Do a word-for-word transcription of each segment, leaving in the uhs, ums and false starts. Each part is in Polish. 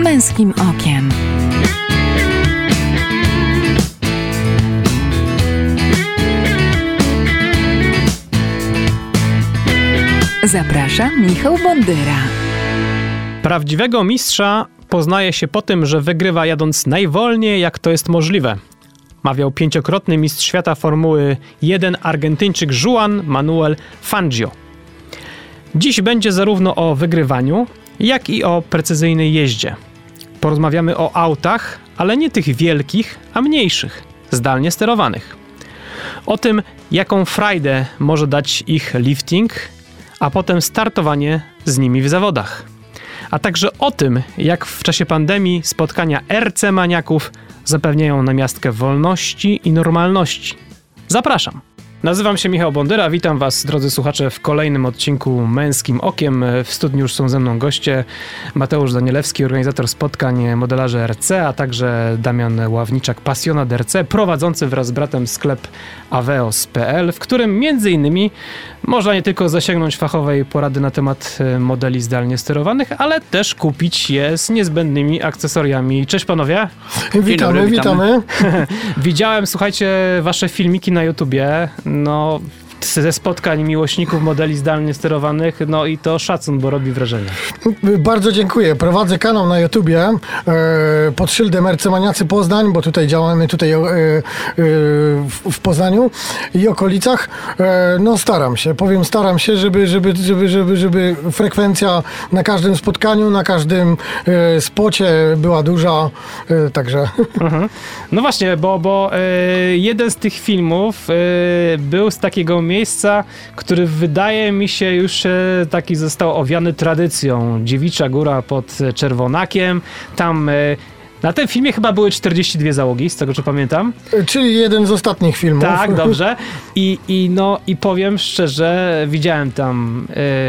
Męskim Okiem. Zaprasza Michał Bondyra. Prawdziwego mistrza poznaje się po tym, że wygrywa jadąc najwolniej, jak to jest możliwe. Mawiał pięciokrotny mistrz świata Formuły jeden Argentyńczyk Juan Manuel Fangio. Dziś będzie zarówno o wygrywaniu, jak i o precyzyjnej jeździe. Porozmawiamy o autach, ale nie tych wielkich, a mniejszych, zdalnie sterowanych. O tym, jaką frajdę może dać ich lifting, a potem startowanie z nimi w zawodach. A także o tym, jak w czasie pandemii spotkania er ce maniaków zapewniają namiastkę wolności i normalności. Zapraszam. Nazywam się Michał Bondyra, witam was, drodzy słuchacze, w kolejnym odcinku Męskim Okiem. W studniu już są ze mną goście: Mateusz Danielewski, organizator spotkań modelarzy er ce, a także Damian Ławniczak, pasjonat er ce, prowadzący wraz z bratem sklep aveos kropka pe el, w którym między innymi można nie tylko zasięgnąć fachowej porady na temat modeli zdalnie sterowanych, ale też kupić je z niezbędnymi akcesoriami. Cześć panowie. Witamy, dobry, witamy. Widziałem, słuchajcie, wasze filmiki na YouTubie. No, ze spotkań miłośników modeli zdalnie sterowanych, no i to szacun, bo robi wrażenie. Bardzo dziękuję. Prowadzę kanał na YouTubie e, pod szyldem er ce Maniacy Poznań, bo tutaj działamy tutaj e, e, w, w Poznaniu i okolicach. E, no staram się, powiem staram się, żeby, żeby, żeby, żeby, żeby frekwencja na każdym spotkaniu, na każdym e, spocie była duża, e, także... Mhm. No właśnie, bo, bo e, jeden z tych filmów e, był z takiego miejsca, który wydaje mi się już e, taki został owiany tradycją. Dziewicza Góra pod Czerwonakiem. Tam e, na tym filmie chyba były czterdzieści dwie załogi, z tego co pamiętam. Czyli jeden z ostatnich filmów. Tak, dobrze. I, i, no, i powiem szczerze, widziałem tam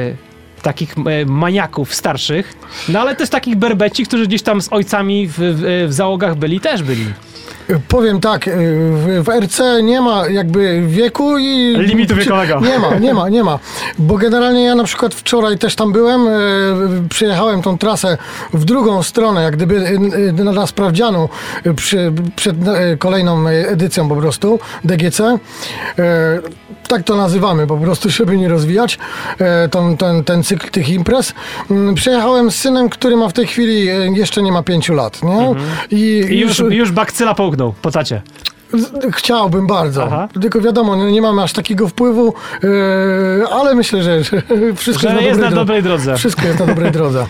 e, takich e, maniaków starszych, no ale też takich berbeci, którzy gdzieś tam z ojcami w, w, w załogach byli, też byli. Powiem tak, w, w er ce nie ma jakby wieku i... Limitu wiekowego. Nie ma, nie ma, nie ma. Bo generalnie ja na przykład wczoraj też tam byłem, e, przejechałem tą trasę w drugą stronę, jak gdyby e, na sprawdzianu przy, przed e, kolejną edycją po prostu, de ge ce. E, tak to nazywamy po prostu, żeby nie rozwijać e, tą, ten, ten cykl tych imprez. E, przejechałem z synem, który ma w tej chwili e, jeszcze nie ma pięciu lat, nie? Mhm. I, I już, już bakcyla połknął po tacie. Chciałbym bardzo. Aha. Tylko wiadomo, nie, nie mamy aż takiego wpływu, yy, ale myślę, że, że wszystko że jest, na, jest dobrej na dobrej drodze. Wszystko jest na dobrej drodze.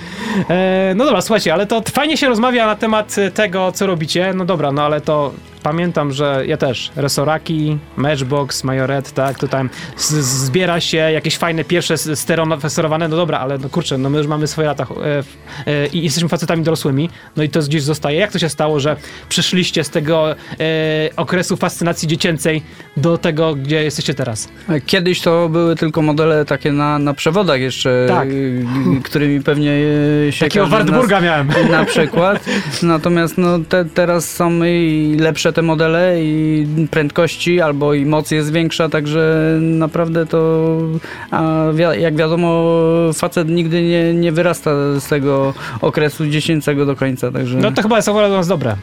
E, no dobra, słuchajcie, ale to fajnie się rozmawia na temat tego, co robicie. No dobra, no ale to pamiętam, że ja też resoraki, Matchbox, Majoret, tak, tutaj z, zbiera się jakieś fajne pierwsze sterowane, no dobra, ale no kurczę, no my już mamy swoje lata e, e, i jesteśmy facetami dorosłymi, no i to gdzieś zostaje. Jak to się stało, że przyszliście z tego e, okresu fascynacji dziecięcej do tego, gdzie jesteście teraz? Kiedyś to były tylko modele takie na, na przewodach jeszcze, tak. y, którymi pewnie się takiego Wartburga miałem. Na przykład. Natomiast no, te, teraz są i lepsze te modele i prędkości albo i moc jest większa, także naprawdę to, a wi- jak wiadomo, facet nigdy nie, nie wyrasta z tego okresu dziecięcego do końca, także... No to chyba jest akurat u nas dobre.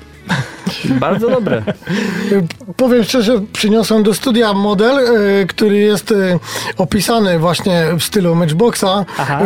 Bardzo dobre. Powiem szczerze, przyniosłem do studia model, e, który jest e, opisany właśnie w stylu Matchboxa, e,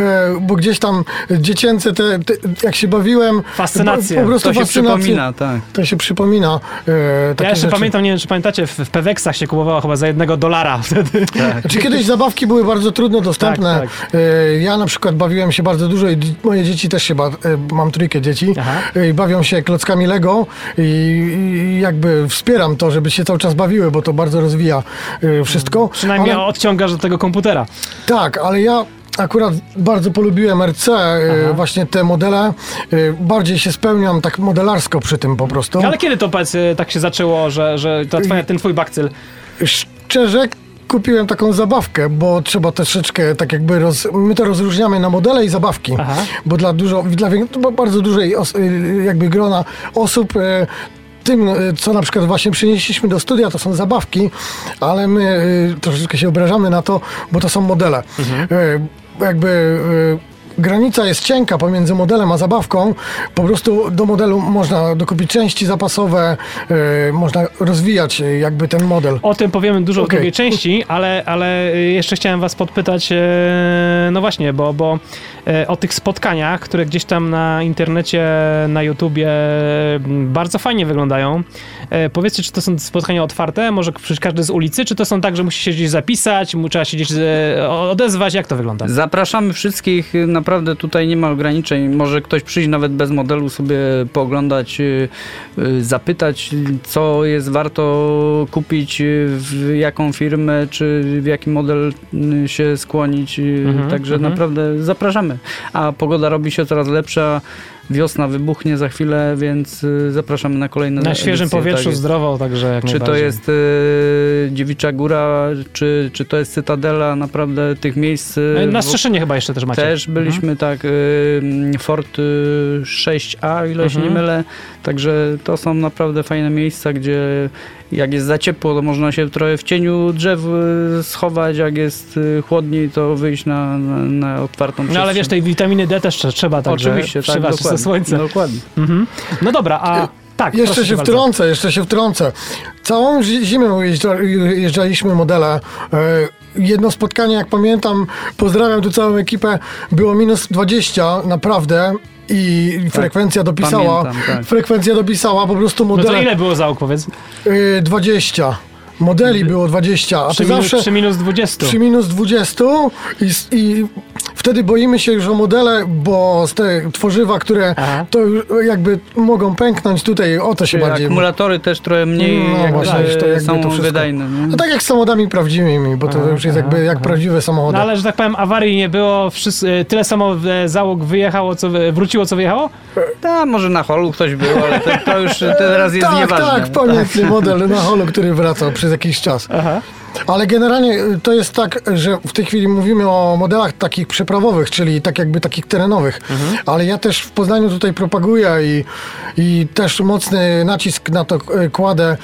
bo gdzieś tam dziecięce, te, te, jak się bawiłem... Fascynacje. Po prostu to się fascynacje. przypomina, tak. To się przypomina. E, takie ja jeszcze rzeczy. pamiętam, nie wiem czy pamiętacie, w, w Peweksach się kupowało chyba za jednego dolara wtedy. Tak. Czy kiedyś zabawki były bardzo trudno dostępne. Tak, tak. E, ja na przykład bawiłem się bardzo dużo i d- moje dzieci też się, ba- e, mam trójkę dzieci, e, i bawią się klockami Lego i, i jakby wspieram to, żeby się cały czas bawiły, bo to bardzo rozwija e, wszystko. Przynajmniej ale, odciągasz do tego komputera. tak, ale ja akurat bardzo polubiłem er ce, e, właśnie te modele. E, bardziej się spełniam tak modelarsko przy tym po prostu. Ale kiedy to powiedz, tak się zaczęło, że, że to twoja, ten twój bakcyl? Szczerze, kupiłem taką zabawkę, bo trzeba troszeczkę tak jakby, roz, my to rozróżniamy na modele i zabawki, Aha. bo dla dużo, dla bardzo dużej os, jakby grona osób e, tym, co na przykład właśnie przynieśliśmy do studia, to są zabawki, ale my y, troszeczkę się obrażamy na to, bo to są modele. Mhm. Y, jakby y, granica jest cienka pomiędzy modelem a zabawką. Po prostu do modelu można dokupić części zapasowe, yy, można rozwijać jakby ten model. O tym powiemy dużo Okay. w drugiej części, ale, ale jeszcze chciałem was podpytać, e, no właśnie, bo, bo e, o tych spotkaniach, które gdzieś tam na internecie, na YouTubie bardzo fajnie wyglądają. E, powiedzcie, czy to są spotkania otwarte? Może przyjść każdy z ulicy? Czy to są tak, że musi się gdzieś zapisać, mu trzeba się gdzieś e, odezwać? Jak to wygląda? Zapraszamy wszystkich, naprawdę tutaj nie ma ograniczeń. Może ktoś przyjść nawet bez modelu, sobie pooglądać, zapytać, co jest warto kupić, w jaką firmę, czy w jaki model się skłonić. Mhm, Także mhm. naprawdę zapraszamy. A pogoda robi się coraz lepsza. Wiosna wybuchnie za chwilę, więc zapraszamy na kolejne Na świeżym edycje, powietrzu, tak zdrowo, także jak Czy to jest y, Dziewicza Góra, czy, czy to jest Cytadela, naprawdę tych miejsc... Na Strzeszynie chyba jeszcze też macie. Też byliśmy, mhm. tak, y, Fort y, sześć A, o ile mhm. się nie mylę, także to są naprawdę fajne miejsca, gdzie jak jest za ciepło, to można się trochę w cieniu drzew schować, jak jest chłodniej, to wyjść na, na, na otwartą przestrzeń. No ale wiesz, tej witaminy D też trzeba, także oczywiście, tak, dokładnie, ze słońca. Dokładnie. Mhm. No dobra, a tak. Jeszcze się bardzo. wtrącę, jeszcze się wtrącę. Całą zimę jeżdża, jeżdżaliśmy modele. Jedno spotkanie, jak pamiętam, pozdrawiam tu całą ekipę, było minus dwadzieścia, naprawdę. I tak, frekwencja dopisała. Pamiętam, tak. Frekwencja dopisała, po prostu modele... No to ile było załóg, powiedz? dwadzieścia. Modeli było dwadzieścia, a przy to minus, zawsze... Przy minus dwudziestu. Przy minus dwudziestu i, i wtedy boimy się już o modele, bo z te tworzywa, które Aha. to jakby mogą pęknąć tutaj, o to się Czyli bardziej... akumulatory też trochę mniej no, jakby, właśnie, to jakby są to wszystko... wydajne. Nie? No tak jak z samochodami prawdziwymi, bo to aha, już jest aha, jakby jak aha. prawdziwe samochody. No ale, że tak powiem, awarii nie było, wszyscy, tyle samo załóg wyjechało, co wróciło, co wyjechało? Tak, może na holu ktoś był, ale to, to już teraz jest tak, nieważne. Tak, pamiętny model na holu, który wracał przez jakiś czas. Aha. Ale generalnie to jest tak, że w tej chwili mówimy o modelach takich przeprawowych, czyli tak jakby takich terenowych, mhm. ale ja też w Poznaniu tutaj propaguję i, i też mocny nacisk na to kładę,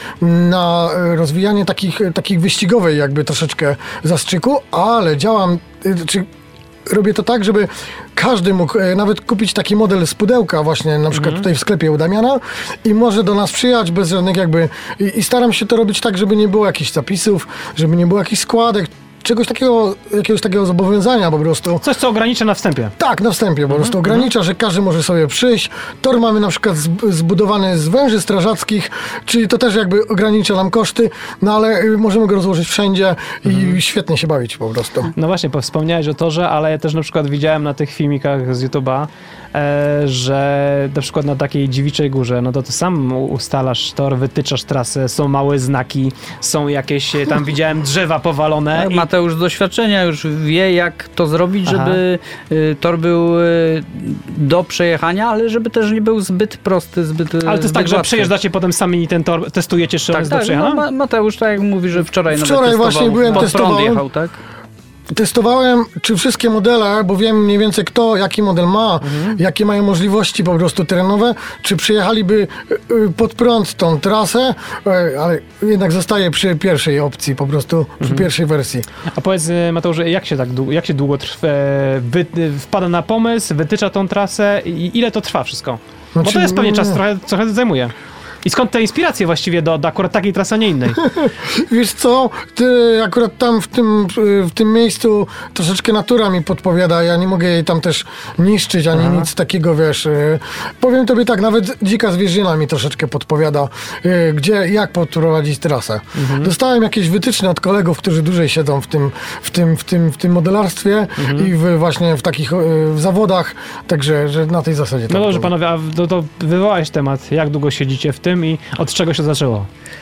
na rozwijanie takich, takich wyścigowej jakby troszeczkę zastrzyku, ale działam, czy robię to tak, żeby każdy mógł nawet kupić taki model z pudełka właśnie na przykład mm-hmm. tutaj w sklepie u Damiana i może do nas przyjechać bez żadnych jakby i, i staram się to robić tak, żeby nie było jakichś zapisów, żeby nie było jakichś składek, czegoś takiego, jakiegoś takiego zobowiązania po prostu. Coś, co ogranicza na wstępie. Tak, na wstępie po mm-hmm. prostu ogranicza, że każdy może sobie przyjść. Tor mamy na przykład zbudowany z węży strażackich, czyli to też jakby ogranicza nam koszty, no ale możemy go rozłożyć wszędzie i mm-hmm. świetnie się bawić po prostu. No właśnie, wspomniałeś o torze, ale ja też na przykład widziałem na tych filmikach z YouTube'a, e, że na przykład na takiej Dziewiczej Górze, no to ty sam ustalasz tor, wytyczasz trasę, są małe znaki, są jakieś, tam widziałem drzewa powalone. Tak, Mateusz z doświadczenia już wie, jak to zrobić, Aha. żeby y, tor był y, do przejechania, ale żeby też nie był zbyt prosty, zbyt Ale to jest zbyt tak, łatwy. że przejeżdżacie potem sami ten tor, testujecie, czy tak, jest tak, do przejechania? no, Mateusz, tak jak mówi, że wczoraj, wczoraj nawet właśnie testował, byłem, pod testowałem. prąd jechał, tak? Testowałem, czy wszystkie modele, bo wiem mniej więcej kto, jaki model ma, mhm. jakie mają możliwości po prostu terenowe, czy przyjechaliby pod prąd tą trasę, ale jednak zostaję przy pierwszej opcji, po prostu przy mhm. pierwszej wersji. A powiedz, Mateusz, jak się tak długo, jak się długo trwa, wy, wpada na pomysł, wytycza tą trasę i ile to trwa wszystko? Znaczy, bo to jest pewnie czas, trochę, trochę zajmuje. I skąd te inspiracje właściwie do, do akurat takiej trasy, a nie innej? Wiesz co, ty akurat tam w tym, w tym miejscu troszeczkę natura mi podpowiada, ja nie mogę jej tam też niszczyć, ani Aha. nic takiego, wiesz. Powiem tobie tak, nawet dzika zwierzyna mi troszeczkę podpowiada, gdzie, jak podprowadzić trasę. Mhm. Dostałem jakieś wytyczne od kolegów, którzy dłużej siedzą w tym, w tym, w tym, w tym modelarstwie mhm. i w, właśnie w takich w zawodach, także że na tej zasadzie. No dobrze, panowie, a to, to wywołałeś temat, jak długo siedzicie w tym i od czego się zaczęło?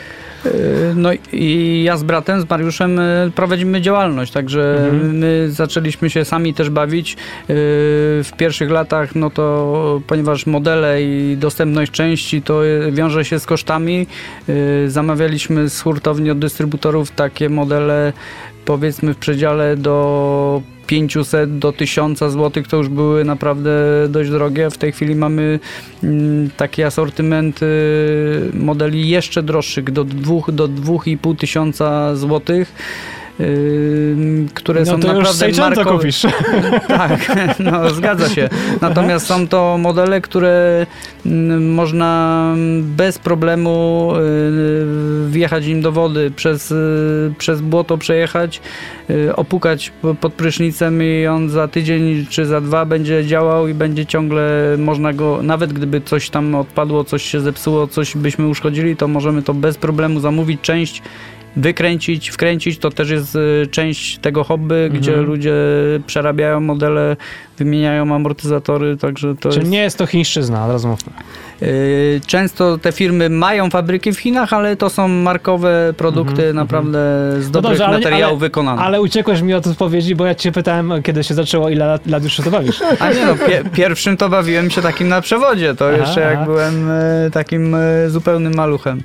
No i ja z bratem, z Mariuszem prowadzimy działalność, także mhm. my zaczęliśmy się sami też bawić. W pierwszych latach, no to ponieważ modele i dostępność części to wiąże się z kosztami, zamawialiśmy z hurtowni od dystrybutorów takie modele, powiedzmy w przedziale do pięćset do tysiąca złotych, to już były naprawdę dość drogie. W tej chwili mamy mm, taki asortyment y, modeli jeszcze droższych, do dwóch do dwóch i pół tysiąca złotych. yy, które no są to naprawdę już markowe. kupisz. Tak, no zgadza się. Natomiast są to modele, które mm, można bez problemu yy, wjechać nim do wody, przez, yy, przez błoto przejechać, yy, opukać pod prysznicem i on za tydzień czy za dwa będzie działał i będzie ciągle można go, nawet gdyby coś tam odpadło, coś się zepsuło, coś byśmy uszkodzili, to możemy to bez problemu zamówić, część wykręcić, wkręcić, to też jest y, część tego hobby, mhm. gdzie ludzie przerabiają modele, wymieniają amortyzatory, także to Czyli jest... nie jest to chińszczyzna, od razu mówmy. Y, często te firmy mają fabryki w Chinach, ale to są markowe produkty, Mhm, naprawdę z No dobrych dobrze, ale- materiałów ale- wykonane. Ale uciekłeś mi od odpowiedzi, bo ja cię pytałem, kiedy się zaczęło, ile lat, lat już się to bawisz. A nie no, pie, pierwszym to bawiłem się takim na przewodzie, to Aha, jeszcze jak aha. byłem e, takim e, zupełnym maluchem.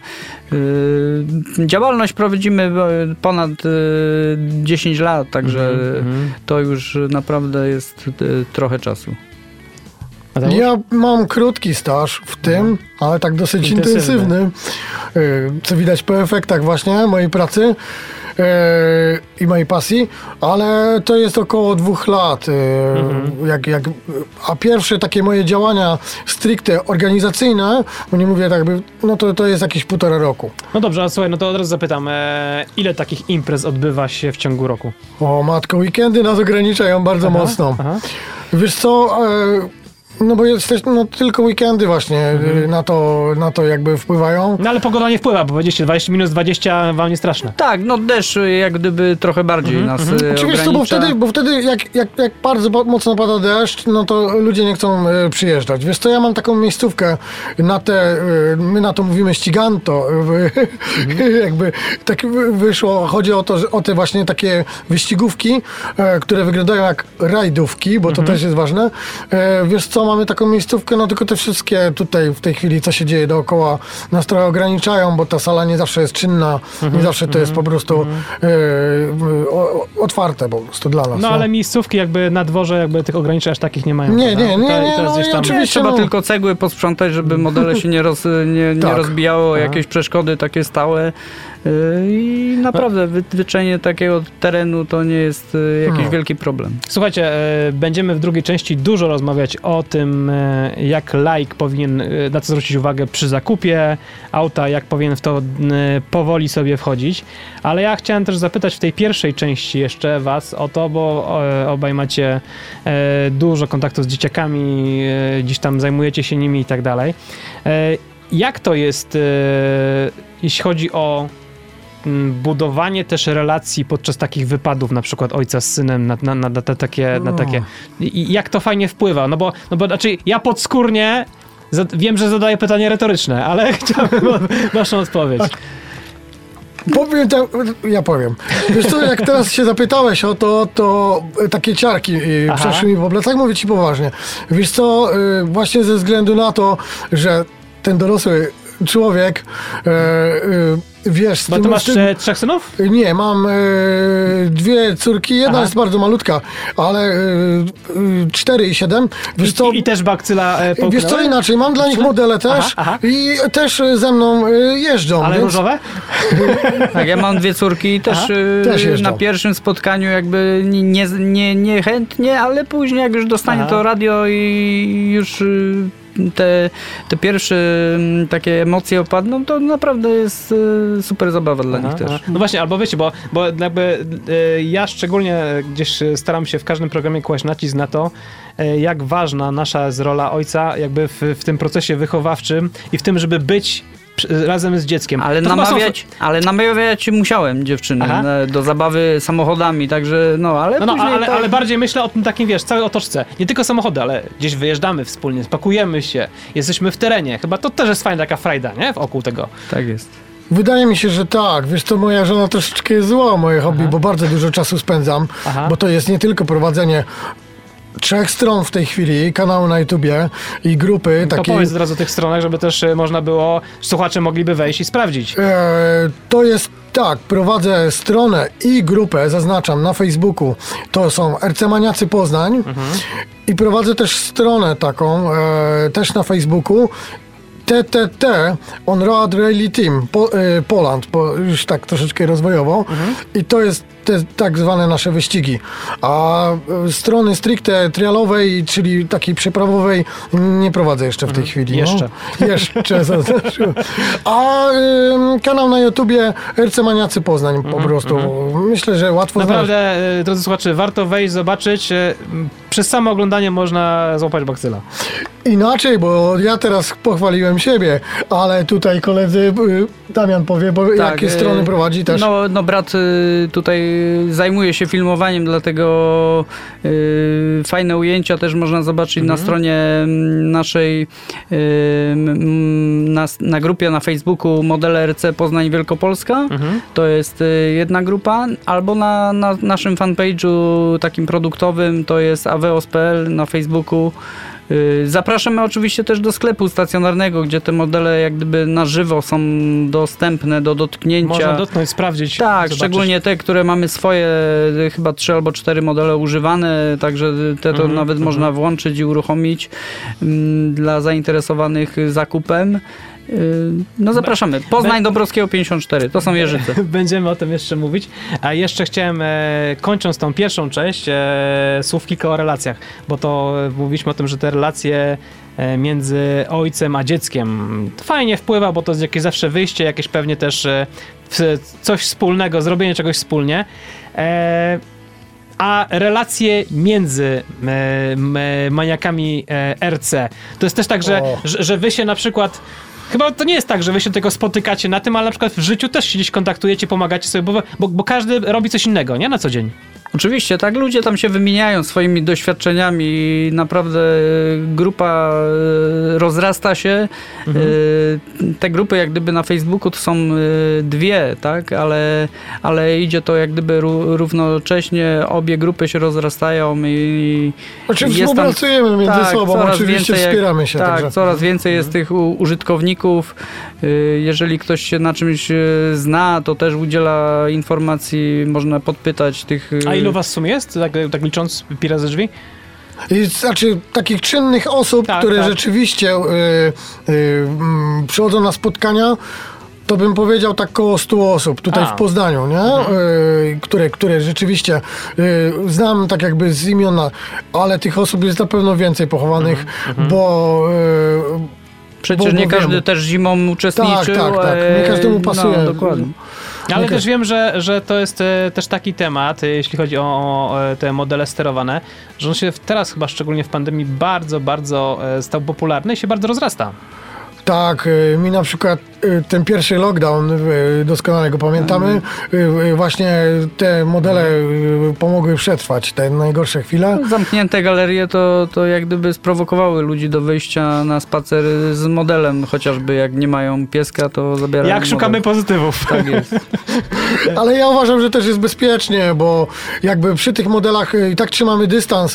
E, działalność prowadzimy e, ponad e, dziesięć lat, także Mhm, mhm. to już naprawdę jest e, trochę czasu. Mateusz? Ja mam krótki staż w tym, ale tak dosyć Intensywny. intensywny, y, co widać po efektach właśnie mojej pracy y, i mojej pasji, ale to jest około dwóch lat. y, Mhm. jak, jak, a pierwsze takie moje działania stricte organizacyjne, bo nie mówię tak, by, no to, to jest jakieś półtora roku. No dobrze, a słuchaj, no to od razu zapytam, e, ile takich imprez odbywa się w ciągu roku? O matko, weekendy nas ograniczają bardzo Aha, mocno. aha. Wiesz co, e, no bo jesteś, no tylko weekendy właśnie Mhm. y, na, to, na to jakby wpływają. No ale pogoda nie wpływa, bo powiedzieliście dwadzieścia minus dwadzieścia wam nie straszne. Tak, no deszcz e, jak gdyby trochę bardziej Mhm, nas mhm. e, Oczywiście, bo ogranicza. wtedy, bo wtedy jak, jak, jak bardzo ba- mocno pada deszcz, no to ludzie nie chcą e, przyjeżdżać. Wiesz co, ja mam taką miejscówkę na te, e, my na to mówimy ściganto, e, jakby tak wy- wyszło, chodzi o to, że o te właśnie takie wyścigówki, e, które wyglądają jak rajdówki, bo to też jest ważne. E, wiesz co, mamy taką miejscówkę, no tylko te wszystkie tutaj w tej chwili, co się dzieje dookoła, nas trochę ograniczają, bo ta sala nie zawsze jest czynna, nie zawsze to jest po prostu e, o, o, otwarte po prostu dla nas. No ale miejscówki jakby na dworze jakby tych ograniczeń aż takich nie mają. Nie, prawda? nie, nie, To- nie, to jest no gdzieś i tam... oczywiście- Trzeba no. tylko cegły posprzątać, żeby modele się nie, roz, nie, nie Tak. rozbijało, Aha. jakieś przeszkody takie stałe. Yy, I naprawdę wy- wytyczenie takiego terenu to nie jest yy, jakiś No. wielki problem. Słuchajcie, e, będziemy w drugiej części dużo rozmawiać o tym, e, jak laik powinien, e, na co zwrócić uwagę przy zakupie auta, jak powinien w to e, powoli sobie wchodzić. Ale ja chciałem też zapytać w tej pierwszej części jeszcze was o to, bo e, obaj macie e, dużo kontaktu z dzieciakami, e, gdzieś tam zajmujecie się nimi i tak dalej. E, Jak to jest, e, jeśli chodzi o mm, budowanie też relacji podczas takich wypadów, na przykład ojca z synem, na, na, na, na te takie, na takie. I i jak to fajnie wpływa? No bo, no bo znaczy ja podskórnie za, wiem, że zadaję pytanie retoryczne, ale chciałbym o, waszą odpowiedź. Powiem tak, ja powiem. Wiesz co, jak teraz się zapytałeś o to, to takie ciarki y, Aha. przeszły mi po plecach, mówię ci poważnie. Wiesz co, y, właśnie ze względu na to, że ten dorosły człowiek, y, y, wiesz... z Bo tym- ty masz z tym- e, trzech synów? Nie, mam e, dwie córki, jedna Aha. jest bardzo malutka, ale e, e, cztery i siedem. Wiesz co, I, I też bakcyla e, wiesz co połknęły? inaczej, mam dla nich modele też Aha, aha. i też e, ze mną e, jeżdżą. Ale więc, różowe? Tak, ja mam dwie córki i też, Aha. yy, Też jeżdżą. na pierwszym spotkaniu jakby nie, nie, nie, nie chętnie, ale później jak już dostanie Aha. to radio i już yy, te, te pierwsze mm, takie emocje opadną, to naprawdę jest yy, super zabawa dla nich Aha, też. aha. No właśnie, albo wiecie, bo, bo jakby e, ja szczególnie gdzieś e, staram się w każdym programie kłaść nacisk na to, e, jak ważna nasza jest rola ojca jakby w, w tym procesie wychowawczym i w tym, żeby być przy- razem z dzieckiem. Ale To chyba są- namawiać, ale namawiać musiałem dziewczyny Aha. na, do zabawy samochodami, także no, ale No, no później ale, to... ale bardziej myślę o tym takim, wiesz, całej otoczce. Nie tylko samochody, ale gdzieś wyjeżdżamy wspólnie, spakujemy się, jesteśmy w terenie. Chyba to też jest fajna taka frajda, nie? Wokół tego. Tak jest. Wydaje mi się, że tak. Wiesz co, moja żona troszeczkę jest zła o moje hobby, bo bardzo dużo czasu spędzam, Aha. bo to jest nie tylko prowadzenie trzech stron w tej chwili, kanału na YouTubie i grupy To takiej... powiedz od razu o tych stronach, żeby też e, można było, słuchacze mogliby wejść i sprawdzić. E, to jest tak, prowadzę stronę i grupę, zaznaczam, na Facebooku. To są Ercemaniacy Poznań i prowadzę też stronę taką, e, też na Facebooku. T T T, On Road Rally Team, po, e, Poland, bo już tak troszeczkę rozwojowo. I to jest te tak zwane nasze wyścigi. A strony stricte trialowej, czyli takiej przeprawowej, nie prowadzę jeszcze w tej chwili. Jeszcze. No. Jeszcze. Zaznaczyłem. A y, kanał na YouTubie R C Maniacy Poznań po prostu. Myślę, że łatwo Naprawdę, znaleźć. e, drodzy słuchacze, warto wejść, zobaczyć. E, Przez samo oglądanie można złapać bakcyla. Inaczej, bo ja teraz pochwaliłem siebie, ale tutaj koledzy, y, Damian powie, bo jakie y, strony prowadzi też. No, no brat y, tutaj zajmuje się filmowaniem, dlatego y, fajne ujęcia też można zobaczyć Mhm. na stronie mm, naszej, y, mm, na, na grupie na Facebooku Modele R C Poznań Wielkopolska. Mhm. To jest y, jedna grupa, albo na, na naszym fanpage'u takim produktowym, to jest aveos kropka p l na Facebooku. Zapraszamy oczywiście też do sklepu stacjonarnego, gdzie te modele jak gdyby na żywo są dostępne do dotknięcia. Można dotknąć, sprawdzić. Tak, zobaczyć. szczególnie te, które mamy swoje, chyba trzy albo cztery modele używane, także te to Mhm, nawet mhm. można włączyć i uruchomić mm, dla zainteresowanych zakupem. Yy, No zapraszamy. Poznań Dąbrowskiego pięćdziesiąt cztery, to są Jeżyce. Będziemy o tym jeszcze mówić. A jeszcze chciałem, e, kończąc tą pierwszą część, e, słów kilka o relacjach, bo to e, mówiliśmy o tym, że te relacje e, między ojcem a dzieckiem fajnie wpływa, bo to jest jakieś zawsze wyjście, jakieś pewnie też e, w, coś wspólnego, zrobienie czegoś wspólnie. E, A relacje między e, m, maniakami e, R C, to jest też tak, że, że, że wy się na przykład... Chyba to nie jest tak, że wy się tylko spotykacie na tym, ale na przykład w życiu też się gdzieś kontaktujecie, pomagacie sobie, bo, bo, bo każdy robi coś innego, nie? Na co dzień. Oczywiście, tak, ludzie tam się wymieniają swoimi doświadczeniami i naprawdę grupa e, rozrasta się. Mhm. E, Te grupy jak gdyby na Facebooku to są e, dwie, tak, ale, ale idzie to jak gdyby ró- równocześnie, obie grupy się rozrastają i Znaczy jest tam- współpracujemy między tak, sobą, coraz oczywiście więcej jak- wspieramy się. Tak, także. coraz więcej jest tych u- użytkowników. Y, Jeżeli ktoś się na czymś y, zna, to też udziela informacji, można podpytać tych... y, A ilu was w sumie jest, tak, tak licząc pi razy drzwi? I, znaczy takich czynnych osób, Tak, które tak. rzeczywiście y, y, mm, przychodzą na spotkania, to bym powiedział tak koło stu osób tutaj A. w Poznaniu, nie? Y, które, które rzeczywiście y, znam tak jakby z imiona, ale tych osób jest na pewno więcej pochowanych, bo... Y, Przecież bo- bo nie każdy wiemy. też zimą uczestniczył. Tak, tak, tak. Nie e, każdemu pasuje. No, dokładnie. Ale Okej. też wiem, że, że to jest e, też taki temat, e, jeśli chodzi o, o e, te modele sterowane, że on się w- teraz chyba szczególnie w pandemii bardzo, bardzo e, stał popularny i się bardzo rozrasta. Tak, y, mi na przykład y, ten pierwszy lockdown, y, doskonale go pamiętamy, y, y, właśnie te modele y, pomogły przetrwać te najgorsze chwile. Zamknięte galerie to, to jak gdyby sprowokowały ludzi do wyjścia na spacer z modelem, chociażby jak nie mają pieska, to zabierają Jak model. szukamy pozytywów. Tak jest. Ale ja uważam, że też jest bezpiecznie, bo jakby przy tych modelach y, i tak trzymamy dystans,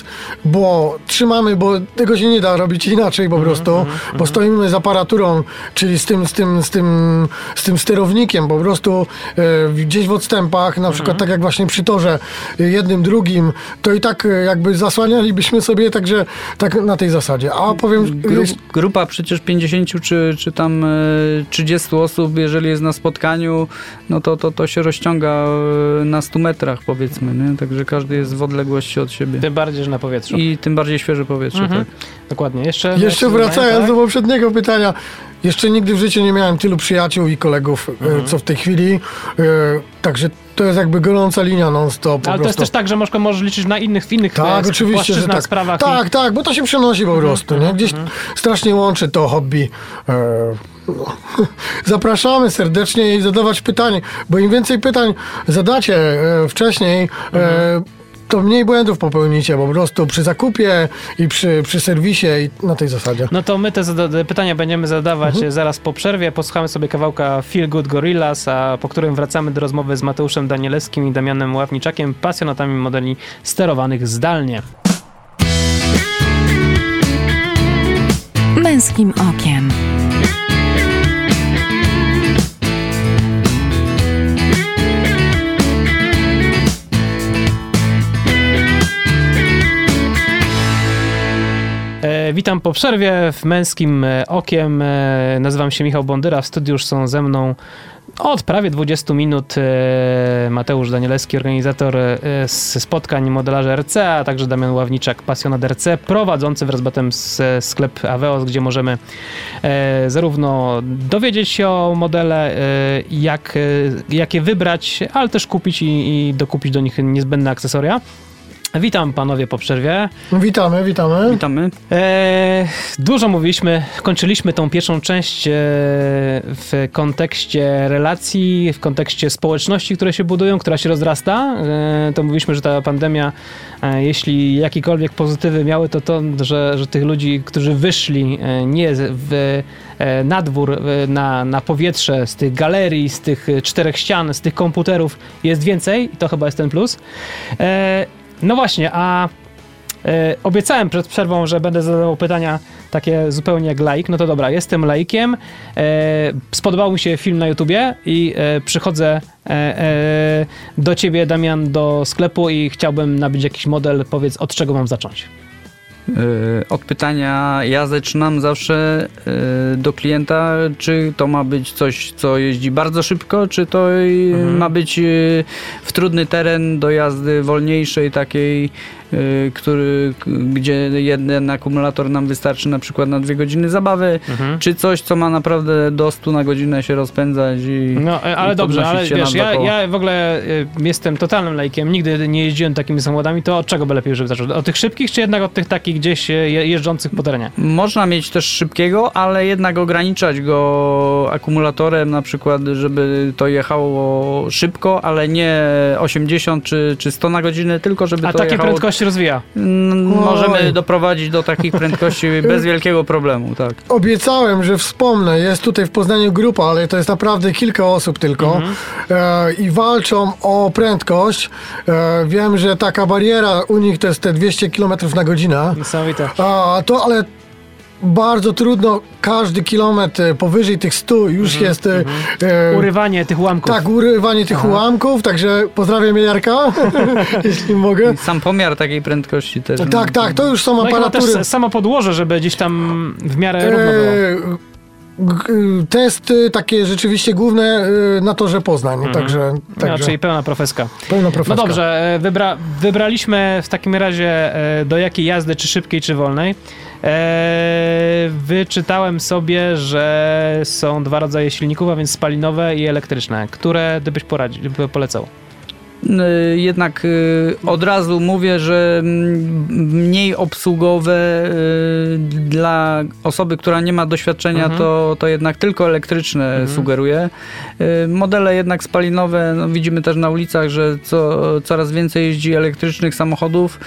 bo trzymamy, bo tego się nie da robić inaczej po prostu, bo stoimy z aparaturą, czyli z tym, z tym, z tym, z tym sterownikiem po prostu y, gdzieś w odstępach, na przykład tak jak właśnie przy torze y, jednym, drugim, to i tak y, jakby zasłanialibyśmy sobie, także tak na tej zasadzie. A powiem, Gru, jest, grupa przecież pięćdziesiąt czy, czy tam e, trzydzieści osób, jeżeli jest na spotkaniu, no to, to, to się rozciąga e, na stu metrach powiedzmy, nie? Także każdy jest w odległości od siebie. Tym bardziej, że na powietrzu. I tym bardziej świeże powietrze, Mhm. tak. Dokładnie. Jeszcze, jeszcze wracając tak? do poprzedniego pytania, jeszcze nigdy w życiu nie miałem tylu przyjaciół i kolegów, y, co w tej chwili, y, także to jest jakby gorąca linia non-stop po Ale to jest prostu. też tak, że możesz, możesz liczyć na innych, w innych Tak, e, oczywiście, że płaszczyznach, tak. sprawach. Tak, tak, bo to się przenosi po prostu, nie? Gdzieś strasznie łączy to hobby. E, no. Zapraszamy serdecznie i zadawać pytanie, bo im więcej pytań zadacie e, wcześniej, e, to mniej błędów popełnicie po prostu przy zakupie i przy, przy serwisie i na tej zasadzie. No to my te zada- pytania będziemy zadawać Mhm. zaraz po przerwie. Posłuchamy sobie kawałka Feel Good Gorillaz, a po którym wracamy do rozmowy z Mateuszem Danielewskim i Damianem Ławniczakiem, pasjonatami modeli sterowanych zdalnie. Męskim okiem. E, witam po przerwie w Męskim e, Okiem. E, nazywam się Michał Bondyra. W studiu już są ze mną Od prawie dwudziestu minut e, Mateusz Danielewski, organizator e, z spotkań modelarza R C, a także Damian Ławniczak, pasjonat R C, prowadzący wraz z bratem z, sklep Aveos, gdzie możemy e, zarówno dowiedzieć się o modele, e, jak, e, jak je wybrać, ale też kupić i, i dokupić do nich niezbędne akcesoria. Witam panowie po przerwie. Witamy, witamy. Witamy. E, dużo mówiliśmy, kończyliśmy tą pierwszą część e, w kontekście relacji, w kontekście społeczności, które się budują, która się rozrasta. E, to mówiliśmy, że ta pandemia, e, jeśli jakiekolwiek pozytywy miały, to to, że, że tych ludzi, którzy wyszli e, nie w, e, na dwór, e, na, na powietrze, z tych galerii, z tych czterech ścian, z tych komputerów jest więcej i to chyba jest ten plus. E, No właśnie, a e, obiecałem przed przerwą, że będę zadawał pytania takie zupełnie jak laik. No to dobra, jestem laikiem, e, spodobał mi się film na YouTubie i e, przychodzę e, e, do ciebie, Damian, do sklepu i chciałbym nabyć jakiś model. Powiedz, od czego mam zacząć? Od pytania ja zaczynam zawsze do klienta, czy to ma być coś, co jeździ bardzo szybko, czy to mhm. ma być w trudny teren do jazdy wolniejszej, takiej, który, gdzie jeden akumulator nam wystarczy na przykład na dwie godziny zabawy, mhm. czy coś, co ma naprawdę do stu na godzinę się rozpędzać i No, ale i dobrze, ale wiesz, ja, koło. ja w ogóle jestem totalnym laikiem, nigdy nie jeździłem takimi samochodami, to od czego by lepiej, żeby zacząć? Od tych szybkich, czy jednak od tych takich gdzieś jeżdżących po terenie? Można mieć też szybkiego, ale jednak ograniczać go akumulatorem na przykład, żeby to jechało szybko, ale nie osiemdziesiąt czy, czy sto na godzinę, tylko żeby A to takie jechało... prędkości rozwija? N- możemy doprowadzić do takich prędkości bez wielkiego problemu, tak. Obiecałem, że wspomnę, jest tutaj w Poznaniu grupa, ale to jest naprawdę kilka osób tylko mhm. e, i walczą o prędkość. E, wiem, że taka bariera u nich to jest te dwieście kilometrów na godzinę. Niesamowite. A, to, ale bardzo trudno, każdy kilometr powyżej tych stu już mm-hmm, jest... Mm-hmm. E, urywanie tych ułamków. Tak, urywanie tych Aha. ułamków, także pozdrawiam Jarka, jeśli mogę. I sam pomiar takiej prędkości też. Tak, tak, to już są no aparatury. Też samo podłoże, żeby gdzieś tam w miarę równo było. E, testy takie rzeczywiście główne na torze Poznań, mm-hmm. także... także. No, czyli pełna profeska. Pełna profeska. No dobrze, wybra- wybraliśmy w takim razie do jakiej jazdy, czy szybkiej, czy wolnej. Eee, wyczytałem sobie, że są dwa rodzaje silników, a więc spalinowe i elektryczne. Które gdybyś poradził, polecał? Jednak od razu mówię, że mniej obsługowe dla osoby, która nie ma doświadczenia, mhm. to, to jednak tylko elektryczne mhm. sugeruję. Modele jednak spalinowe, no widzimy też na ulicach, że co, coraz więcej jeździ elektrycznych samochodów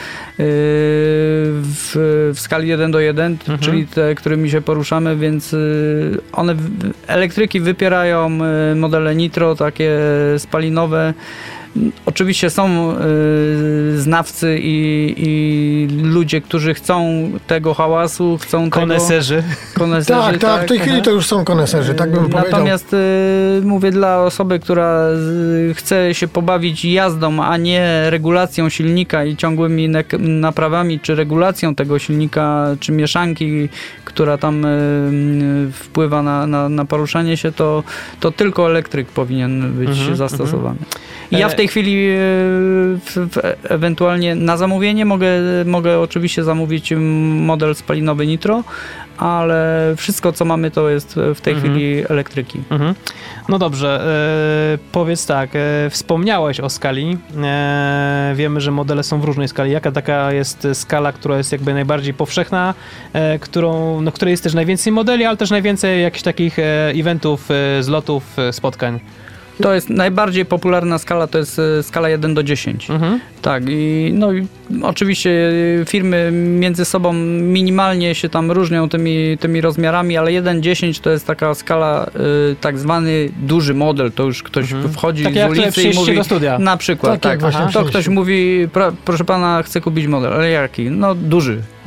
w, w skali jeden do jeden, mhm. czyli te, którymi się poruszamy, więc one, elektryki wypierają modele nitro, takie spalinowe. Oczywiście są y, znawcy i, i ludzie, którzy chcą tego hałasu, chcą koneserzy. tego... Koneserzy. Tak, tak, w tej chwili to już są koneserzy, tak bym powiedział. Natomiast y, mówię dla osoby, która y, chce się pobawić jazdą, a nie regulacją silnika i ciągłymi ne- naprawami, czy regulacją tego silnika, czy mieszanki, która tam y, wpływa na, na, na poruszanie się, to, to tylko elektryk powinien być mhm, zastosowany. I ja w tej chwili w, w, ewentualnie na zamówienie mogę, mogę oczywiście zamówić model spalinowy nitro, ale wszystko co mamy to jest w tej mhm. chwili elektryki. Mhm. No dobrze, e, powiedz tak, e, wspomniałeś o skali, e, wiemy, że modele są w różnej skali. Jaka taka jest skala, która jest jakby najbardziej powszechna, e, którą, no, której jest też najwięcej modeli, ale też najwięcej jakichś takich e, eventów, e, zlotów, e, spotkań? To jest najbardziej popularna skala, to jest skala jeden do dziesięciu. Mhm. Tak, i no i oczywiście firmy między sobą minimalnie się tam różnią tymi, tymi rozmiarami, ale jeden do dziesięciu to jest taka skala, y, tak zwany duży model, to już ktoś mhm. wchodzi tak z ulicy i mówi, do studia. Na przykład, tak, tak. To ktoś mówi, pro, proszę pana, chcę kupić model, ale jaki? No duży.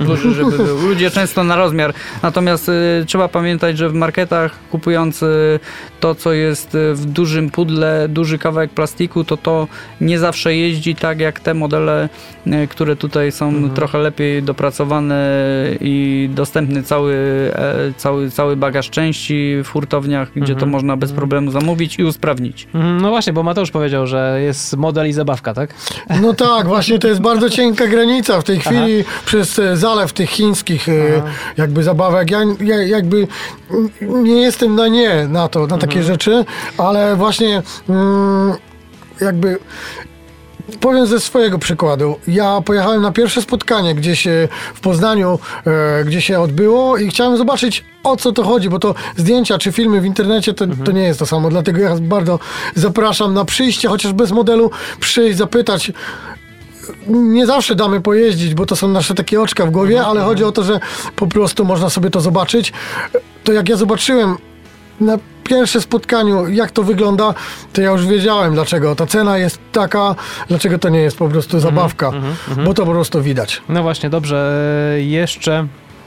duży, żeby był. Ludzie często na rozmiar. Natomiast y, trzeba pamiętać, że w marketach kupując y, to, co jest y, w dużym pudle, duży kawałek plastiku, to to nie zawsze jeździ tak, jak te modele, y, które tutaj są mhm. trochę lepiej dopracowane i dostępny cały, e, cały, cały bagaż części w hurtowniach, gdzie mhm. to można bez problemu zamówić i usprawnić. No właśnie, bo Mateusz powiedział, że jest model i zabawka, tak? No tak, właśnie to jest bardzo cienka granica w tej chwili. Aha. Przez zalew tych chińskich Aha. jakby zabawek. Ja, ja jakby nie jestem na nie na to, na takie mhm. rzeczy, ale właśnie mm, jakby powiem ze swojego przykładu. Ja pojechałem na pierwsze spotkanie gdzieś w Poznaniu, e, gdzie się odbyło i chciałem zobaczyć, o co to chodzi, bo to zdjęcia czy filmy w internecie to, mhm. to nie jest to samo. Dlatego ja bardzo zapraszam na przyjście, chociaż bez modelu, przyjść, zapytać. Nie zawsze damy pojeździć, bo to są nasze takie oczka w głowie, mhm. ale chodzi o to, że po prostu można sobie to zobaczyć. To jak ja zobaczyłem na pierwsze spotkaniu, jak to wygląda, to ja już wiedziałem, dlaczego ta cena jest taka, dlaczego to nie jest po prostu zabawka, mm, mm, mm. bo to po prostu widać. No właśnie, dobrze. Jeszcze...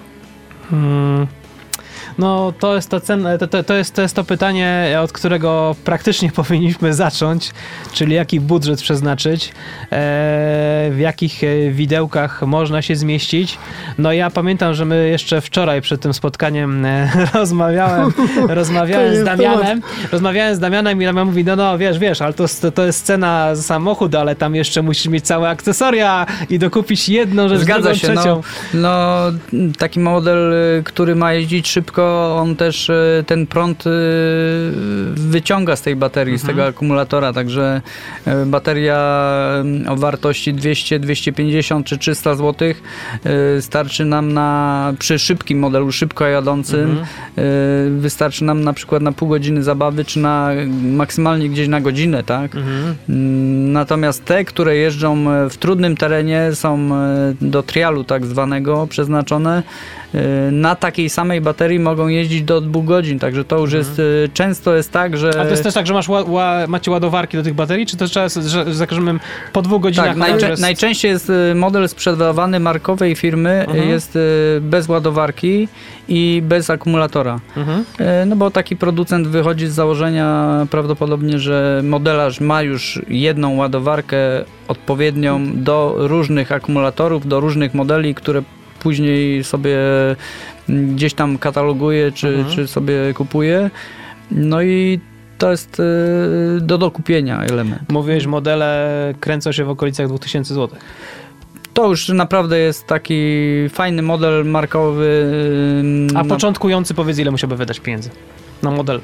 Hmm. No to jest to, cena, to, to, to, jest, to jest to pytanie, od którego praktycznie powinniśmy zacząć, czyli jaki budżet przeznaczyć, e, w jakich widełkach można się zmieścić. No ja pamiętam, że my jeszcze wczoraj przed tym spotkaniem e, rozmawiałem, rozmawiałem z Damianem, rozmawiałem z Damianem i Damian mówi, no no wiesz, wiesz, ale to, to jest cena za samochód, ale tam jeszcze musisz mieć całe akcesoria i dokupić jedną rzecz, Zgadza drugą, się, trzecią. No, no taki model, który ma jeździć szybko, on też ten prąd wyciąga z tej baterii, mhm. z tego akumulatora, także bateria o wartości dwieście, dwieście pięćdziesiąt czy trzysta złotych starczy nam na, przy szybkim modelu, szybko jadącym, mhm. wystarczy nam na przykład na pół godziny zabawy, czy na maksymalnie gdzieś na godzinę, tak? Mhm. Natomiast te, które jeżdżą w trudnym terenie, są do trialu tak zwanego przeznaczone, na takiej samej baterii mogą jeździć do dwóch godzin, także to już jest, mhm. często jest tak, że... A to jest też tak, że masz ła, ła, macie ładowarki do tych baterii, czy to trzeba, że za każdym po dwóch godzinach... Tak, najczę- jest... najczęściej jest model sprzedawany markowej firmy, mhm. jest bez ładowarki i bez akumulatora. Mhm. No bo taki producent wychodzi z założenia prawdopodobnie, że modelarz ma już jedną ładowarkę odpowiednią do różnych akumulatorów, do różnych modeli, które później sobie gdzieś tam kataloguje, czy, mhm. czy sobie kupuje. No i to jest y, do dokupienia element. Mówiłeś, modele kręcą się w okolicach dwa tysiące złotych. To już naprawdę jest taki fajny model markowy. A na... początkujący, powiedz, ile musiałby wydać pieniędzy na model?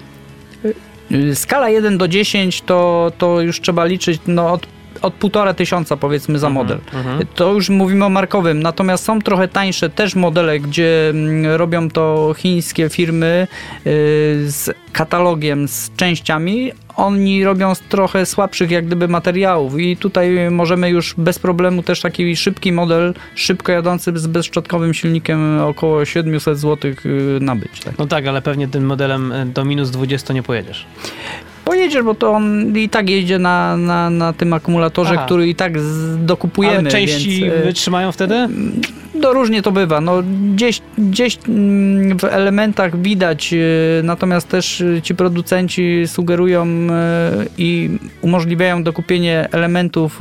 Skala jeden do dziesięciu to, to już trzeba liczyć no, od od półtora tysiąca powiedzmy za model. Mm-hmm. To już mówimy o markowym. Natomiast są trochę tańsze też modele, gdzie mm, robią to chińskie firmy y, z katalogiem, z częściami. Oni robią z trochę słabszych jak gdyby materiałów i tutaj możemy już bez problemu też taki szybki model, szybko jadący z bezszczotkowym silnikiem około siedemset złotych y, nabyć. Tak. No tak, ale pewnie tym modelem do minus dwadzieścia nie pojedziesz. Pojedziesz, bo to on i tak jedzie na, na, na tym akumulatorze, Aha. który i tak z, dokupujemy. Ale części więc, wytrzymają wtedy? No różnie to bywa. No, gdzieś, gdzieś w elementach widać, natomiast też ci producenci sugerują i umożliwiają dokupienie elementów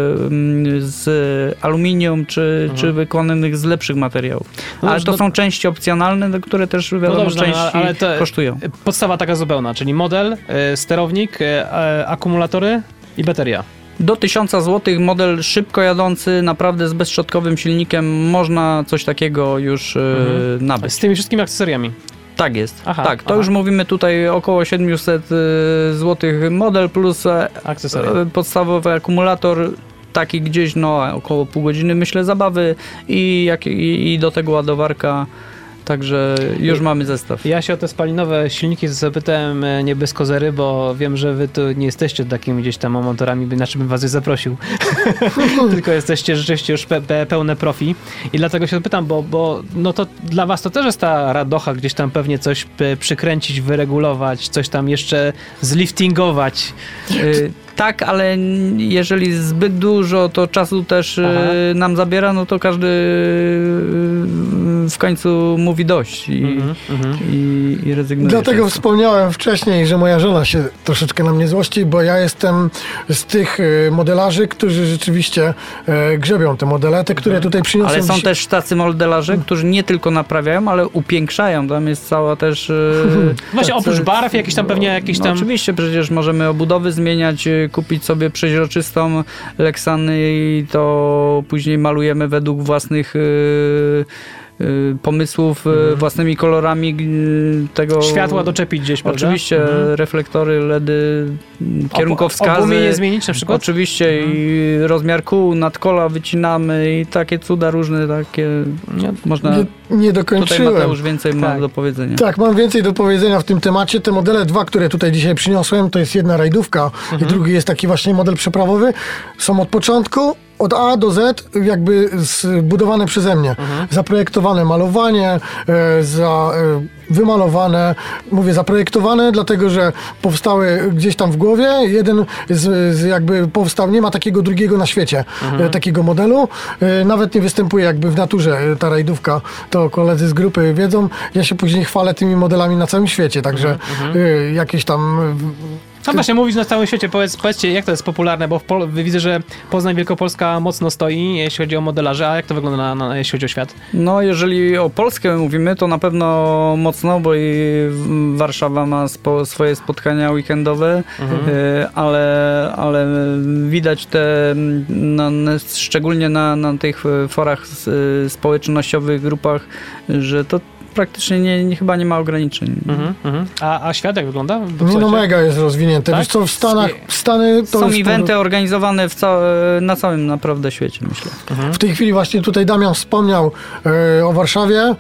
z aluminium, czy, mhm. czy wykonanych z lepszych materiałów. No ale dobrze, to no... są części opcjonalne, które też wiadomo, no dobrze, części no, ale to kosztują. Podstawa taka zupełna, czyli model, sterownik, akumulatory i bateria. Do tysiąca złotych model szybko jadący, naprawdę z bezszczotkowym silnikiem, można coś takiego już mhm. nabyć. Z tymi wszystkimi akcesoriami? Tak jest. Aha, tak, to aha. już mówimy tutaj około siedemset złotych model plus akcesoria. Podstawowy akumulator, taki gdzieś no około pół godziny myślę zabawy i, jak, i, i do tego ładowarka Także już mamy zestaw. Ja się o te spalinowe silniki zapytałem e, nie bez kozery, bo wiem, że wy tu nie jesteście takimi gdzieś tam amatorami, inaczej bym was nie zaprosił. Tylko jesteście rzeczywiście już pe- pe- pełne profi. I dlatego się pytam, bo, bo no to dla was to też jest ta radocha, gdzieś tam pewnie coś p- przykręcić, wyregulować, coś tam jeszcze zliftingować. Y, tak, ale jeżeli zbyt dużo to czasu też y, nam zabiera, no to każdy y, w końcu mówi dość i, Mhm, mhm. i, i rezygnuje. Dlatego często. wspomniałem wcześniej, że moja żona się troszeczkę na mnie złości, bo ja jestem z tych e, modelarzy, którzy rzeczywiście e, grzebią te modele, te, które tutaj przyniosłem. Ale są dzisiaj. też tacy modelarze, którzy nie tylko naprawiają, ale upiększają. Tam jest cała też... y, Właśnie tacy- oprócz barw jakiś tam pewnie jakiś No tam... oczywiście, przecież możemy obudowy zmieniać, y, kupić sobie przeźroczystą Lexany i to później malujemy według własnych y, y, pomysłów, y, własnymi kolorami y, tego... Światła doczepić gdzieś, prawda? Oczywiście, Mhm. reflektory, LEDy, kierunkowskazy. Ogumienie zmienić na przykład? Oczywiście i rozmiar kół, nadkola wycinamy i takie cuda różne, takie... Nie, Można... Nie, nie Tutaj dokończyłem. Mateusz więcej ma Tak. do powiedzenia. Tak, mam więcej do powiedzenia w tym temacie. Te modele dwa, które tutaj dzisiaj przyniosłem, to jest jedna rajdówka i drugi jest taki właśnie model przeprawowy. Są od początku, od A do Z, jakby zbudowane przeze mnie. Zaprojektowane malowanie, e, za, e, wymalowane, mówię zaprojektowane, dlatego że powstały gdzieś tam w głowie. Jeden z, z jakby powstał, nie ma takiego drugiego na świecie, e, takiego modelu. E, nawet nie występuje jakby w naturze e, ta rajdówka. To koledzy z grupy wiedzą. Ja się później chwalę tymi modelami na całym świecie, także e, jakieś tam... e, No właśnie, mówić na całym świecie, Powiedz, powiedzcie, jak to jest popularne, bo w Pol- widzę, że Poznań Wielkopolska mocno stoi, jeśli chodzi o modelarzy, a jak to wygląda, na, na, jeśli chodzi o świat? No, jeżeli o Polskę mówimy, to na pewno mocno, bo i Warszawa ma spo, swoje spotkania weekendowe, y, ale, ale widać te, na, na, szczególnie na, na tych forach s- społecznościowych, grupach, że to praktycznie nie, nie, chyba nie ma ograniczeń. Mhm, mhm. A, a świat jak wygląda? Bo Nie słuchajcie, no, mega jest rozwinięte. Tak? Wiesz co, w Stanach, Stany to Są jest eventy organizowane w ca- na całym naprawdę świecie, myślę. w tej chwili właśnie tutaj Damian wspomniał e, o Warszawie. E,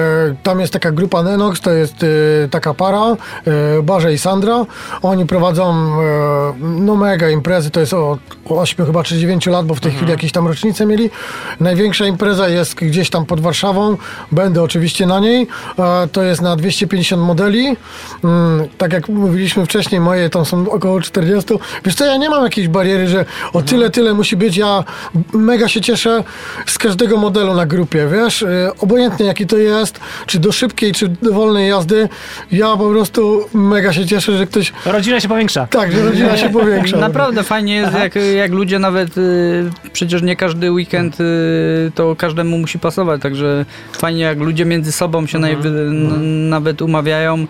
tam jest taka grupa Nenox, to jest e, taka para, e, Barze i Sandra. Oni prowadzą e, no mega imprezy, to jest od ośmiu chyba czy dziewięciu lat, bo w tej chwili jakieś tam rocznice mieli. Największa impreza jest gdzieś tam pod Warszawą. Będę oczywiście na niej. E, to jest na dwieście pięćdziesiąt modeli. Mm, tak jak mówiliśmy wcześniej, moje tam są około czterdzieści. Wiesz co, ja nie mam jakiejś bariery, że o tyle, tyle musi być. Ja mega się cieszę z każdego modelu na grupie, wiesz, e, obojętnie jaki to jest, czy do szybkiej, czy do wolnej jazdy, ja po prostu mega się cieszę, że ktoś, Rodzina się powiększa. tak, że rodzina się powiększa. Naprawdę fajnie jest, jak, jak ludzie nawet, y, przecież nie każdy weekend y, to każdemu musi pasować, także fajnie jak ludzie między sobą się najwy, n, nawet umawiają,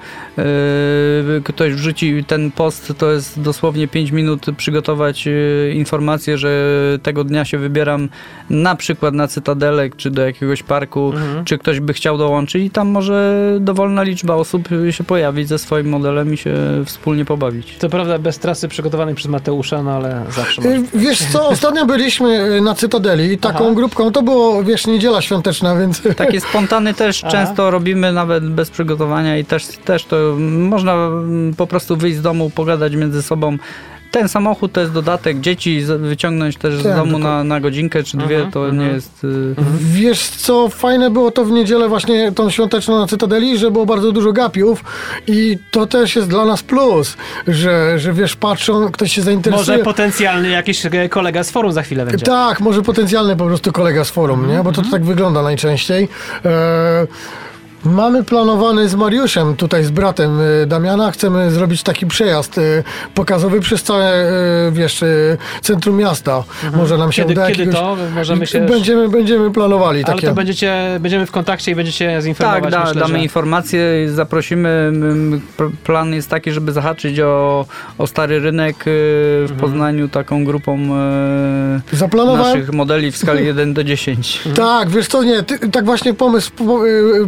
y, ktoś wrzuci ten post, to jest dosłownie pięć minut przygotować y, informację, że tego dnia się wybieram na przykład na Cytadelek, czy do jakiegoś parku, czy ktoś by chciał dołączyć i tam może dowolna liczba osób się pojawić ze swoim modelem i się wspólnie pobawić. To prawda, bez trasy przygotowanej przez Mateusza, no ale zawsze E, można. Wiesz co, ostatnio byliśmy e, na Cytadeli, taką Aha. grupką, to było, wiesz, niedziela świąteczna, więc... Takie spontany też Aha. często robimy nawet bez przygotowania i też, też to można mm, po prostu wyjść z domu, pogadać między sobą. Ten samochód to jest dodatek, dzieci z- wyciągnąć też z Tak, domu dokładnie. na, na godzinkę czy dwie, Mhm, to mhm. nie jest... y, Wiesz co, fajne było to w niedzielę właśnie tą świąteczną na Cytadeli, że było bardzo dużo gapiów i to też jest dla nas plus, że, że wiesz, patrzą, ktoś się zainteresuje. Może potencjalny jakiś e, kolega z forum za chwilę będzie. Tak, może potencjalny po prostu kolega z forum, nie? Bo to, to tak wygląda najczęściej. E, Mamy planowany z Mariuszem, tutaj z bratem e, Damiana, chcemy zrobić taki przejazd e, pokazowy przez całe, e, wiesz, e, centrum miasta. Może nam się Kiedy, uda kiedy jakiegoś... to? Możemy się... Będziemy, będziemy planowali Ale takie. to będziecie, będziemy w kontakcie i będziecie zinformować. Tak, da, myślę, damy że... informacje, zaprosimy. M, p- Plan jest taki, żeby zahaczyć o, o stary rynek y, w Mhm. Poznaniu taką grupą y, Zaplanowałem. naszych modeli w skali jeden do dziesięciu. Tak, wiesz co, nie, ty, tak właśnie pomysł po, y, przyszedł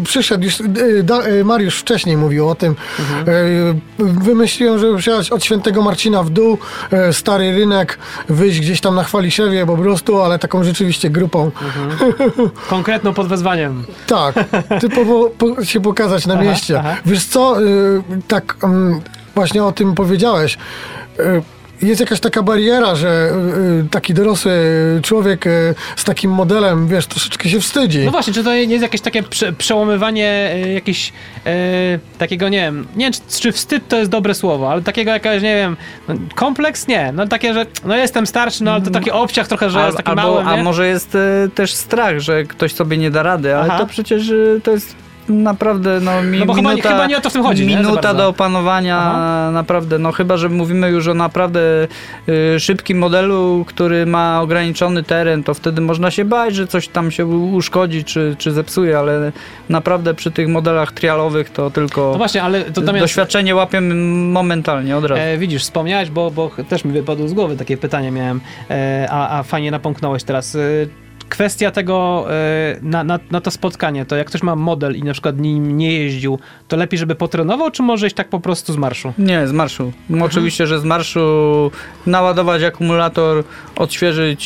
już y, da, y, Mariusz wcześniej mówił o tym. Mhm. Y, wymyśliłem, żeby przyjechać od Świętego Marcina w dół, y, Stary Rynek, wyjść gdzieś tam na Chwaliszewie po prostu, ale taką rzeczywiście grupą. Mhm. Konkretną pod wezwaniem. Tak, typowo po, się pokazać na aha, mieście. Aha. Wiesz co, y, tak y, właśnie o tym powiedziałeś. Y, Jest jakaś taka bariera, że y, taki dorosły człowiek y, z takim modelem, wiesz, troszeczkę się wstydzi. No właśnie, czy to nie jest jakieś takie prze, przełamywanie y, jakieś y, takiego, nie wiem, nie wiem, czy, czy wstyd to jest dobre słowo, ale takiego jakaś, nie wiem, no, kompleks? Nie, no takie, że no jestem starszy, no ale to taki obciach trochę, że A, jest taki albo, mały, nie? A może jest e, też strach, że ktoś sobie nie da rady, ale Aha. to przecież e, to jest naprawdę, no, mi, No bo minuta, chyba, chyba nie o to w tym chodzi, nie? Za minuta bardzo. do opanowania, Aha. naprawdę, no chyba, że mówimy już o naprawdę y, szybkim modelu, który ma ograniczony teren, to wtedy można się bać, że coś tam się uszkodzi, czy, czy zepsuje, ale naprawdę przy tych modelach trialowych to tylko No właśnie, ale to Damian, doświadczenie łapiemy momentalnie, od razu. E, widzisz, wspomniałeś, bo, bo też mi wypadło z głowy takie pytanie miałem, e, a, a fajnie napomknąłeś teraz. E, kwestia tego, e, na, na, na to spotkanie, to jak ktoś ma model i na przykład nim nie jeździł, to lepiej, żeby potrenował, czy może iść tak po prostu z marszu? Nie, z marszu. Mhm. Oczywiście, że z marszu naładować akumulator, odświeżyć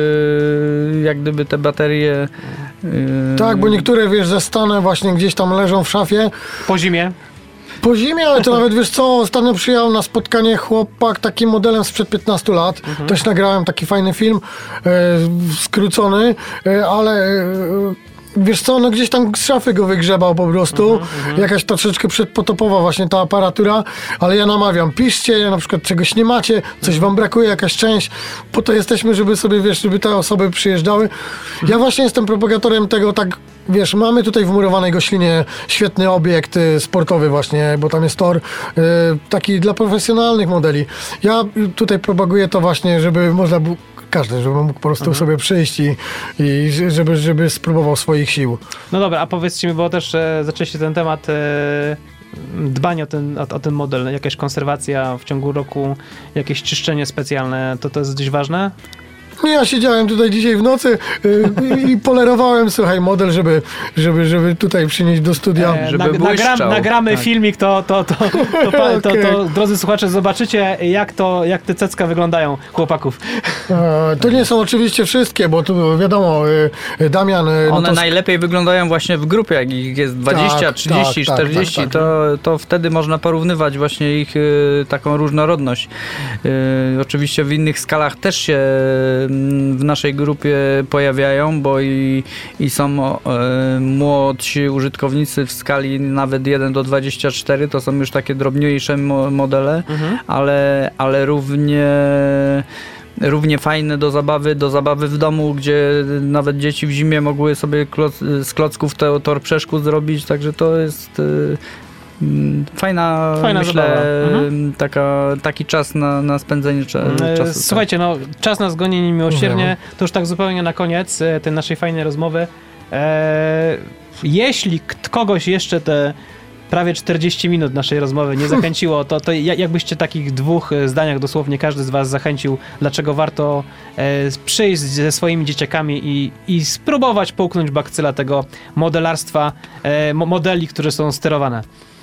yy, jak gdyby te baterie. Yy. Tak, bo niektóre, wiesz, zastane właśnie gdzieś tam leżą w szafie. Po zimie? Po zimie, ale to nawet, wiesz co, ostatnio przyjechał na spotkanie chłopak takim modelem sprzed piętnastu lat. Mhm. Też nagrałem taki fajny film, e, skrócony, e, ale... E, Wiesz co, no gdzieś tam z szafy go wygrzebał po prostu, uh-huh, uh-huh. jakaś troszeczkę przedpotopowa właśnie ta aparatura, ale ja namawiam, piszcie, na przykład czegoś nie macie, coś wam brakuje, jakaś część, po to jesteśmy, żeby sobie, wiesz, żeby te osoby przyjeżdżały. Uh-huh. Ja właśnie jestem propagatorem tego, tak, wiesz, mamy tutaj w Murowanej Goślinie świetny obiekt y, sportowy właśnie, bo tam jest tor y, taki dla profesjonalnych modeli. Ja tutaj propaguję to właśnie, żeby można było każdy, żeby mógł po prostu mhm. sobie przyjść i, i żeby, żeby spróbował swoich sił. No dobra, a powiedzcie mi, bo też e, zaczęliście ten temat e, dbania o ten, o, o ten model, jakaś konserwacja w ciągu roku, jakieś czyszczenie specjalne, to to jest gdzieś ważne? No ja siedziałem tutaj dzisiaj w nocy yy, i polerowałem, słuchaj, model, żeby, żeby, żeby tutaj przynieść do studia. E, żeby nag, nagram, nagramy tak. filmik, to, to, to, to, to, to, okay. to, drodzy słuchacze, zobaczycie, jak to, jak te cecka wyglądają chłopaków. E, to nie są oczywiście wszystkie, bo tu wiadomo, y, Damian... Y, One no to... najlepiej wyglądają właśnie w grupie, jak ich jest dwadzieścia, tak, trzydzieści, tak, czterdzieści, tak, tak, tak. To, to wtedy można porównywać właśnie ich y, taką różnorodność. Y, oczywiście w innych skalach też się w naszej grupie pojawiają, bo i, i są e, młodsi użytkownicy w skali nawet jeden do dwudziestu czterech, to są już takie drobniejsze mo- modele, mhm. ale, ale równie równie fajne do zabawy, do zabawy w domu, gdzie nawet dzieci w zimie mogły sobie kloc- z klocków te, tor przeszkód zrobić, także to jest Fajna, Fajna myślę, mhm. taka, taki czas na, na spędzenie cza- czasu. Słuchajcie, no czas nas goni niemiłosiernie, mhm. to już tak zupełnie na koniec tej naszej fajnej rozmowy. E, jeśli k- kogoś jeszcze te prawie czterdzieści minut naszej rozmowy nie zachęciło, to, to jakbyście takich dwóch zdaniach dosłownie każdy z was zachęcił, dlaczego warto e, przyjść ze swoimi dzieciakami i, i spróbować połknąć bakcyla tego modelarstwa, e, modeli, które są sterowane.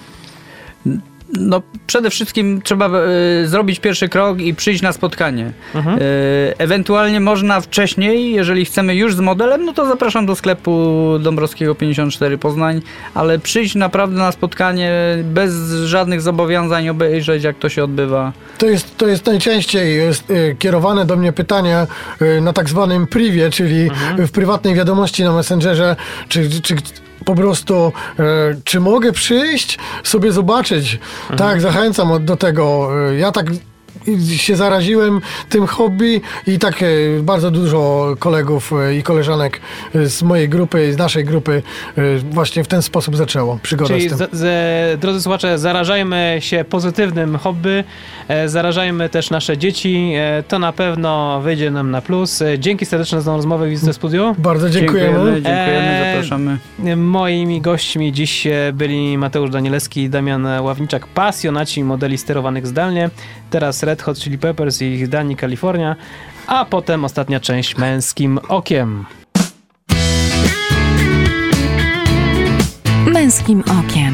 No przede wszystkim trzeba y, zrobić pierwszy krok i przyjść na spotkanie. Mhm. Y, ewentualnie można wcześniej, jeżeli chcemy już z modelem, no to zapraszam do sklepu Dąbrowskiego pięćdziesiąt cztery Poznań, ale przyjść naprawdę na spotkanie bez żadnych zobowiązań, obejrzeć jak to się odbywa. To jest, to jest najczęściej jest, y, kierowane do mnie pytanie y, na tak zwanym privie, czyli mhm. w prywatnej wiadomości na Messengerze, czy, czy, czy po prostu, e, czy mogę przyjść, sobie zobaczyć. Mhm. Tak, zachęcam do tego. Ja tak się zaraziłem tym hobby i tak bardzo dużo kolegów i koleżanek z mojej grupy, z naszej grupy właśnie w ten sposób zaczęło przygodę Czyli z tym. Z, z, drodzy słuchacze, zarażajmy się pozytywnym hobby, e, zarażajmy też nasze dzieci, e, to na pewno wyjdzie nam na plus. E, dzięki serdeczne za rozmowę w Wizycie Studiu. Bardzo dziękujemy. Dziękujemy, dziękujemy, zapraszamy. E, moimi gośćmi dziś byli Mateusz Danielewski i Damian Ławniczak, pasjonaci modeli sterowanych zdalnie. Teraz Red Hot Chili Peppers i ich Dani Kalifornia, a potem ostatnia część Męskim Okiem. Męskie Męskim okiem.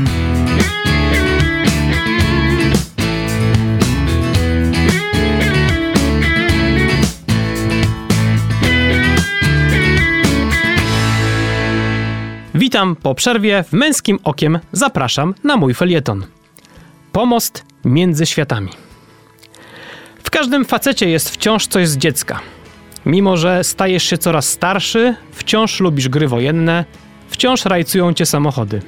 Witam po przerwie. W Męskim okiem zapraszam na mój felieton. Pomost między światami. W każdym facecie jest wciąż coś z dziecka. Mimo że stajesz się coraz starszy, wciąż lubisz gry wojenne, wciąż rajcują cię samochody.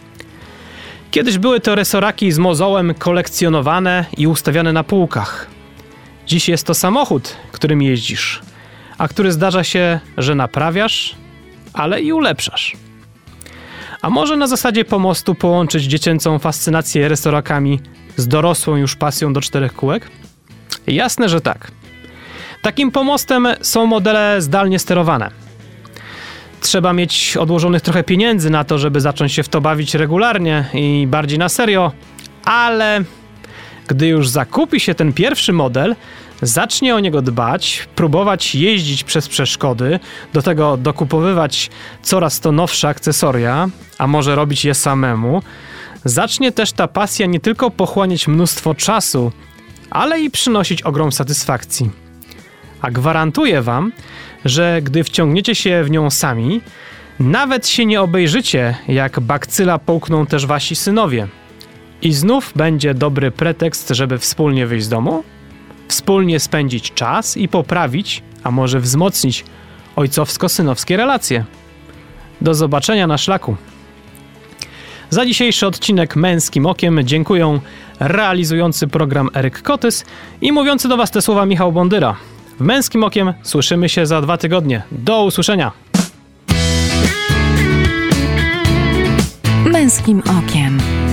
Kiedyś były to resoraki z mozołem kolekcjonowane i ustawiane na półkach. Dziś jest to samochód, którym jeździsz, a który zdarza się, że naprawiasz, ale i ulepszasz. A może na zasadzie pomostu połączyć dziecięcą fascynację resorakami z dorosłą już pasją do czterech kółek? Jasne, że tak. Takim pomostem są modele zdalnie sterowane. Trzeba mieć odłożonych trochę pieniędzy na to, żeby zacząć się w to bawić regularnie i bardziej na serio, ale gdy już zakupi się ten pierwszy model, zacznie o niego dbać, próbować jeździć przez przeszkody, do tego dokupowywać coraz to nowsze akcesoria, a może robić je samemu, zacznie też ta pasja nie tylko pochłaniać mnóstwo czasu, ale i przynosić ogrom satysfakcji. A gwarantuję wam, że gdy wciągniecie się w nią sami, nawet się nie obejrzycie, jak bakcyla połkną też wasi synowie. I znów będzie dobry pretekst, żeby wspólnie wyjść z domu, wspólnie spędzić czas i poprawić, a może wzmocnić ojcowsko-synowskie relacje. Do zobaczenia na szlaku. Za dzisiejszy odcinek Męskim Okiem dziękuję realizujący program Eryk Kotys i mówiący do was te słowa Michał Bondyra. W Męskim Okiem słyszymy się za dwa tygodnie. Do usłyszenia! Męskim okiem.